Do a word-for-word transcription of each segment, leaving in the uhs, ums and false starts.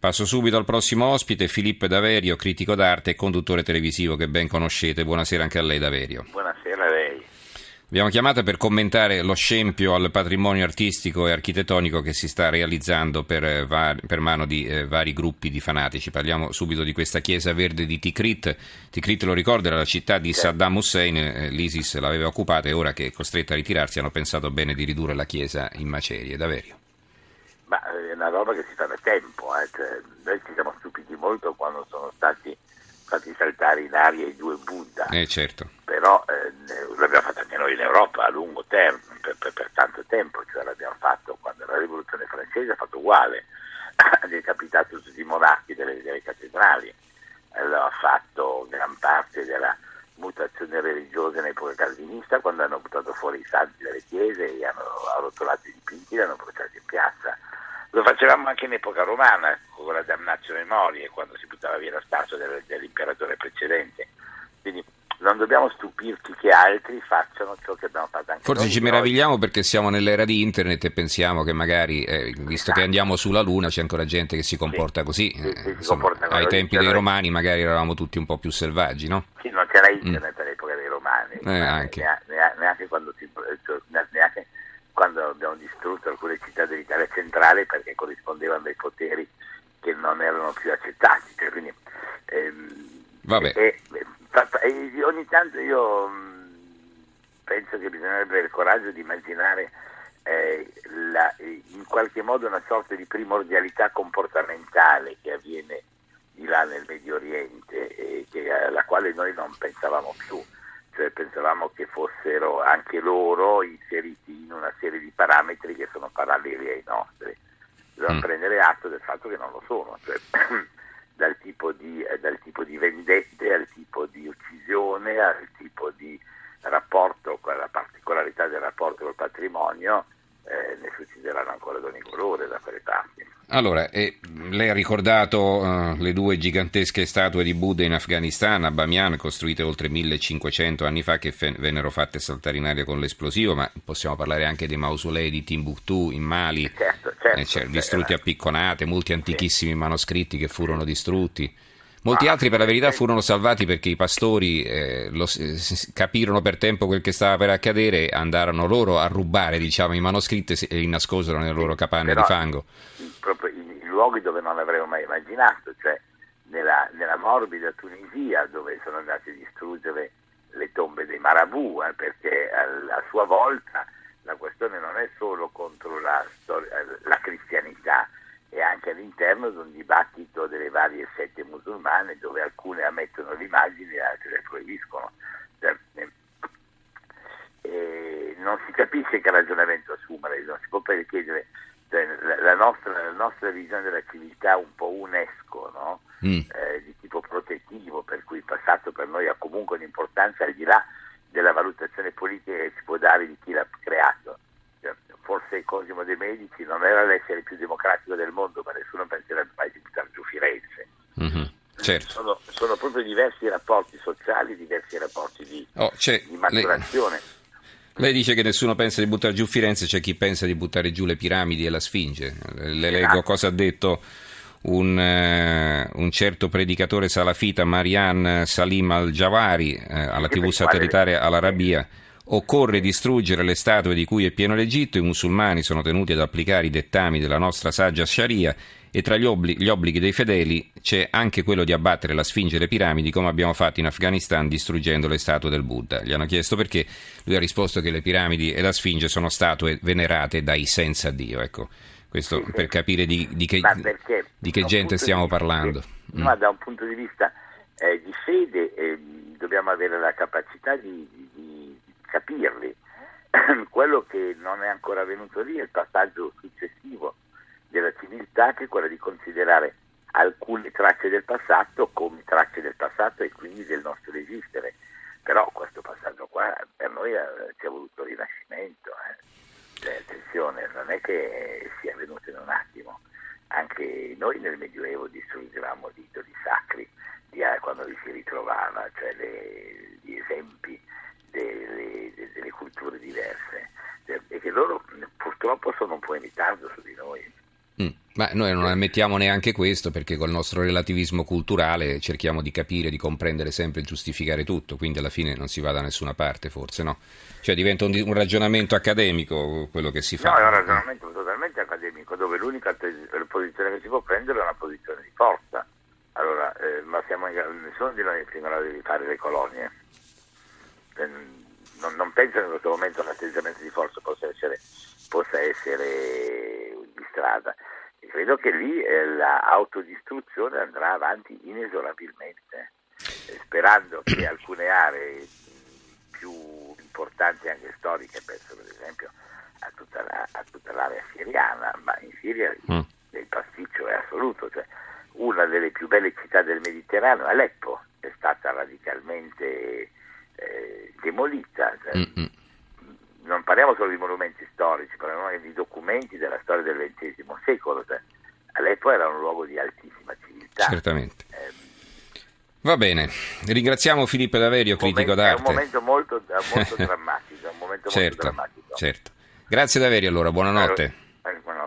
Passo subito al prossimo ospite, Filippo Daverio, critico d'arte e conduttore televisivo che ben conoscete. Buonasera anche a lei, Daverio. Buonasera a lei. Abbiamo chiamato per commentare lo scempio al patrimonio artistico e architettonico che si sta realizzando per, var- per mano di eh, vari gruppi di fanatici. Parliamo subito di questa chiesa verde di Tikrit. Tikrit, lo ricordo, era la città di Saddam Hussein, eh, l'ISIS l'aveva occupata e ora che è costretta a ritirarsi hanno pensato bene di ridurre la chiesa in macerie. Daverio. Ma è una roba che si fa da tempo, eh. Cioè, noi ci siamo stupiti molto quando sono stati fatti saltare in aria i due Buddha. Eh certo. Però eh, l'abbiamo fatto anche noi in Europa a lungo termine, per, per, per tanto tempo, cioè l'abbiamo fatto quando la rivoluzione francese ha fatto uguale, ha decapitato tutti i monarchi delle, delle cattedrali, allora, ha fatto gran parte della mutazione religiosa in epoca calvinista quando hanno buttato fuori i santi dalle chiese e hanno arrotolato i dipinti e li hanno portati in piazza. Lo facevamo anche in epoca romana con la damnatio memoria, quando si buttava via la statua del, dell'imperatore precedente. Quindi non dobbiamo stupirci che altri facciano ciò che abbiamo fatto anche Forse noi. ci meravigliamo perché siamo nell'era di internet e pensiamo che magari, eh, visto esatto. che andiamo sulla Luna, c'è ancora gente che si comporta sì, così. Sì, sì, eh, si insomma, comporta ai tempi dei c'era... Romani magari eravamo tutti un po' più selvaggi, no? Sì, non c'era internet mm. all'epoca dei Romani, eh, anche. Neanche, neanche quando si... Neanche quando abbiamo distrutto alcune città dell'Italia centrale perché corrispondevano dei poteri che non erano più accettati. Cioè, quindi, ehm, Vabbè. E, e, e ogni tanto io mh, penso che bisognerebbe avere il coraggio di immaginare eh, la, in qualche modo una sorta di primordialità comportamentale che avviene di là nel Medio Oriente e che, alla quale noi non pensavamo più. Cioè pensavamo che fossero anche loro inseriti in una serie di parametri che sono paralleli ai nostri. Bisogna mm. prendere atto del fatto che non lo sono, cioè dal tipo di, eh, dal tipo di vendette al tipo di uccisione, al tipo di rapporto, la particolarità del rapporto col patrimonio, eh, ne succederanno ancora ad ogni colore da quelle parti. Allora, eh, lei ha ricordato uh, le due gigantesche statue di Buddha in Afghanistan, a Bamiyan, costruite oltre millecinquecento anni fa, che fe- vennero fatte saltare in aria con l'esplosivo, ma possiamo parlare anche dei mausolei di Timbuktu in Mali, certo, certo, eh, cioè, distrutti a picconate, molti antichissimi sì. manoscritti che furono sì. distrutti. Molti altri per la verità furono salvati perché i pastori eh, lo, eh, capirono per tempo quel che stava per accadere e andarono loro a rubare, diciamo, i manoscritti e li nascosero nelle loro capanne Però, di fango. Proprio in, in luoghi dove non avremmo mai immaginato, cioè nella, nella morbida Tunisia, dove sono andati a distruggere le tombe dei Marabù, eh, perché a, a sua volta la questione non è solo contro la, storia, la cristianità, e anche all'interno di un dibattito delle varie sette musulmane dove alcune ammettono le immagini e altre le proibiscono. Cioè, eh, non si capisce che ragionamento assumere, non si può chiedere cioè, la, la, nostra, la nostra visione della civiltà un po' UNESCO, no? mm. eh, di tipo protettivo, per cui il passato per noi ha comunque un'importanza al di là della valutazione politica che si può dare di chi l'ha creato. Forse Cosimo De Medici non era l'essere più democratico del mondo, ma nessuno penserebbe mai di buttare giù Firenze. Mm-hmm, certo. sono, sono proprio diversi rapporti sociali, diversi rapporti di, oh, di maturazione. Lei, lei dice che nessuno pensa di buttare giù Firenze, c'è chi pensa di buttare giù le piramidi e la Sfinge. Le leggo esatto. cosa ha detto un, uh, un certo predicatore salafita, Marian Salim al-Jawari, uh, alla tivù satellitare Al Arabiya. Occorre distruggere le statue di cui è pieno l'Egitto, i musulmani sono tenuti ad applicare i dettami della nostra saggia Sharia e tra gli, obbli- gli obblighi dei fedeli c'è anche quello di abbattere la Sfinge e le piramidi come abbiamo fatto in Afghanistan distruggendo le statue del Buddha. Gli hanno chiesto perché, lui ha risposto che le piramidi e la Sfinge sono statue venerate dai senza Dio, ecco, questo sì, per capire di, di che, di che gente stiamo parlando. Di, mm. Ma da un punto di vista eh, di fede eh, dobbiamo avere la capacità di, di capirli. Quello che non è ancora avvenuto lì è il passaggio successivo della civiltà, che è quello di considerare alcune tracce del passato come tracce del passato e quindi del nostro esistere. Però questo passaggio qua per noi eh, ci è voluto il Rinascimento. Eh. Cioè, attenzione, non è che sia avvenuto in un attimo. Anche noi nel Medioevo distruggevamo gli idoli sacri di, eh, quando li si ritrovava, cioè le, gli esempi Delle, delle culture diverse e che loro purtroppo sono un po' in ritardo su di noi. Mm. Ma noi non ammettiamo neanche questo, perché col nostro relativismo culturale cerchiamo di capire, di comprendere sempre e giustificare tutto, quindi alla fine non si va da nessuna parte, forse, no? Cioè diventa un, un ragionamento accademico quello che si fa. No, è un ragionamento totalmente accademico, dove l'unica te- posizione che si può prendere è una posizione di forza. Allora, eh, ma siamo in, nessuno di noi è in grado di fare le colonie. Eh, non, non penso che in questo momento un atteggiamento di forza possa essere, possa essere di strada. E credo che lì eh, l'autodistruzione andrà avanti inesorabilmente, eh, sperando che alcune aree più importanti anche storiche, penso per esempio a tutta, la, a tutta l'area siriana, ma in Siria mm. il pasticcio è assoluto, cioè una delle più belle città del Mediterraneo, Aleppo, è stata radicalmente eh, demolita, cioè, non parliamo solo di monumenti storici, parliamo anche di documenti della storia del ventesimo secolo, cioè, Aleppo era un luogo di altissima civiltà. Certamente. Eh, Va bene, ringraziamo Filippo Daverio, critico d'arte. È un momento molto, molto drammatico, è un momento certo, molto drammatico. Certo. Grazie Daverio, allora, buonanotte. Eh, buonanotte.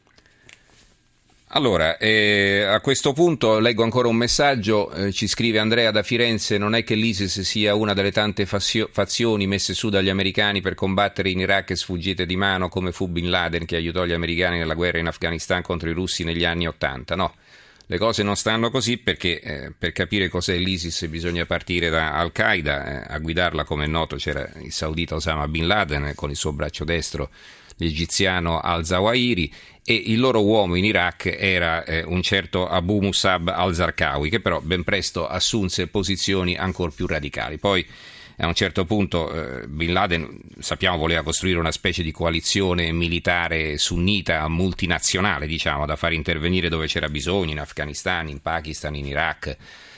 Allora, eh, a questo punto leggo ancora un messaggio, eh, ci scrive Andrea da Firenze: non è che l'ISIS sia una delle tante fazio- fazioni messe su dagli americani per combattere in Iraq e sfuggite di mano, come fu Bin Laden che aiutò gli americani nella guerra in Afghanistan contro i russi negli anni Ottanta, no? Le cose non stanno così, perché eh, per capire cos'è l'ISIS bisogna partire da Al-Qaeda. Eh, a guidarla, come è noto, c'era il saudita Osama Bin Laden, eh, con il suo braccio destro l'egiziano al-Zawahiri, e il loro uomo in Iraq era eh, un certo Abu Musab al-Zarqawi, che però ben presto assunse posizioni ancora più radicali. Poi a un certo punto eh, Bin Laden, sappiamo, voleva costruire una specie di coalizione militare sunnita multinazionale, diciamo, da far intervenire dove c'era bisogno, in Afghanistan, in Pakistan, in Iraq,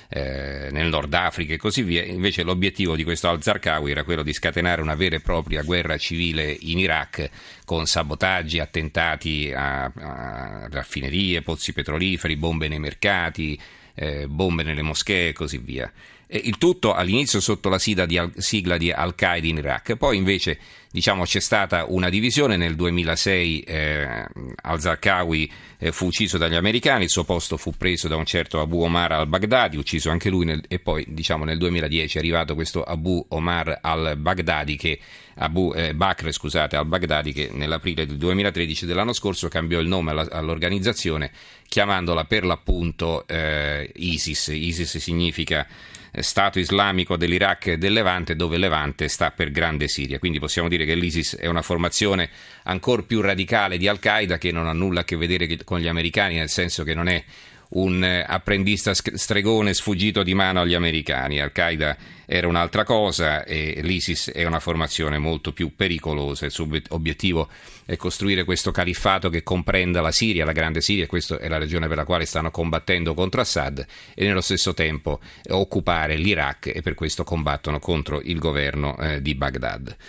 eh, nel Nord Africa e così via. Invece l'obiettivo di questo al-Zarqawi era quello di scatenare una vera e propria guerra civile in Iraq, con sabotaggi, attentati a, a raffinerie, pozzi petroliferi, bombe nei mercati, eh, bombe nelle moschee e così via. Il tutto all'inizio sotto la sigla di, sigla di Al-Qaeda in Iraq. Poi invece, diciamo, c'è stata una divisione. Nel duemilasei eh, al-Zarqawi eh, fu ucciso dagli americani, il suo posto fu preso da un certo Abu Omar al-Baghdadi, ucciso anche lui, nel, e poi, diciamo, nel duemiladieci è arrivato questo Abu Omar al-Baghdadi che Abu eh, Bakr, scusate, al-Baghdadi, che nell'aprile del duemilatredici dell'anno scorso cambiò il nome alla, all'organizzazione, chiamandola per l'appunto eh, ISIS. ISIS significa Stato islamico dell'Iraq e del Levante, dove Levante sta per Grande Siria. Quindi possiamo dire che l'ISIS è una formazione ancora più radicale di Al-Qaeda, che non ha nulla a che vedere con gli americani, nel senso che non è un apprendista stregone sfuggito di mano agli americani. Al-Qaeda era un'altra cosa e l'ISIS è una formazione molto più pericolosa. Il suo obiettivo è costruire questo califfato che comprenda la Siria, la Grande Siria, e questa è la ragione per la quale stanno combattendo contro Assad, e nello stesso tempo occupare l'Iraq, e per questo combattono contro il governo eh, di Baghdad.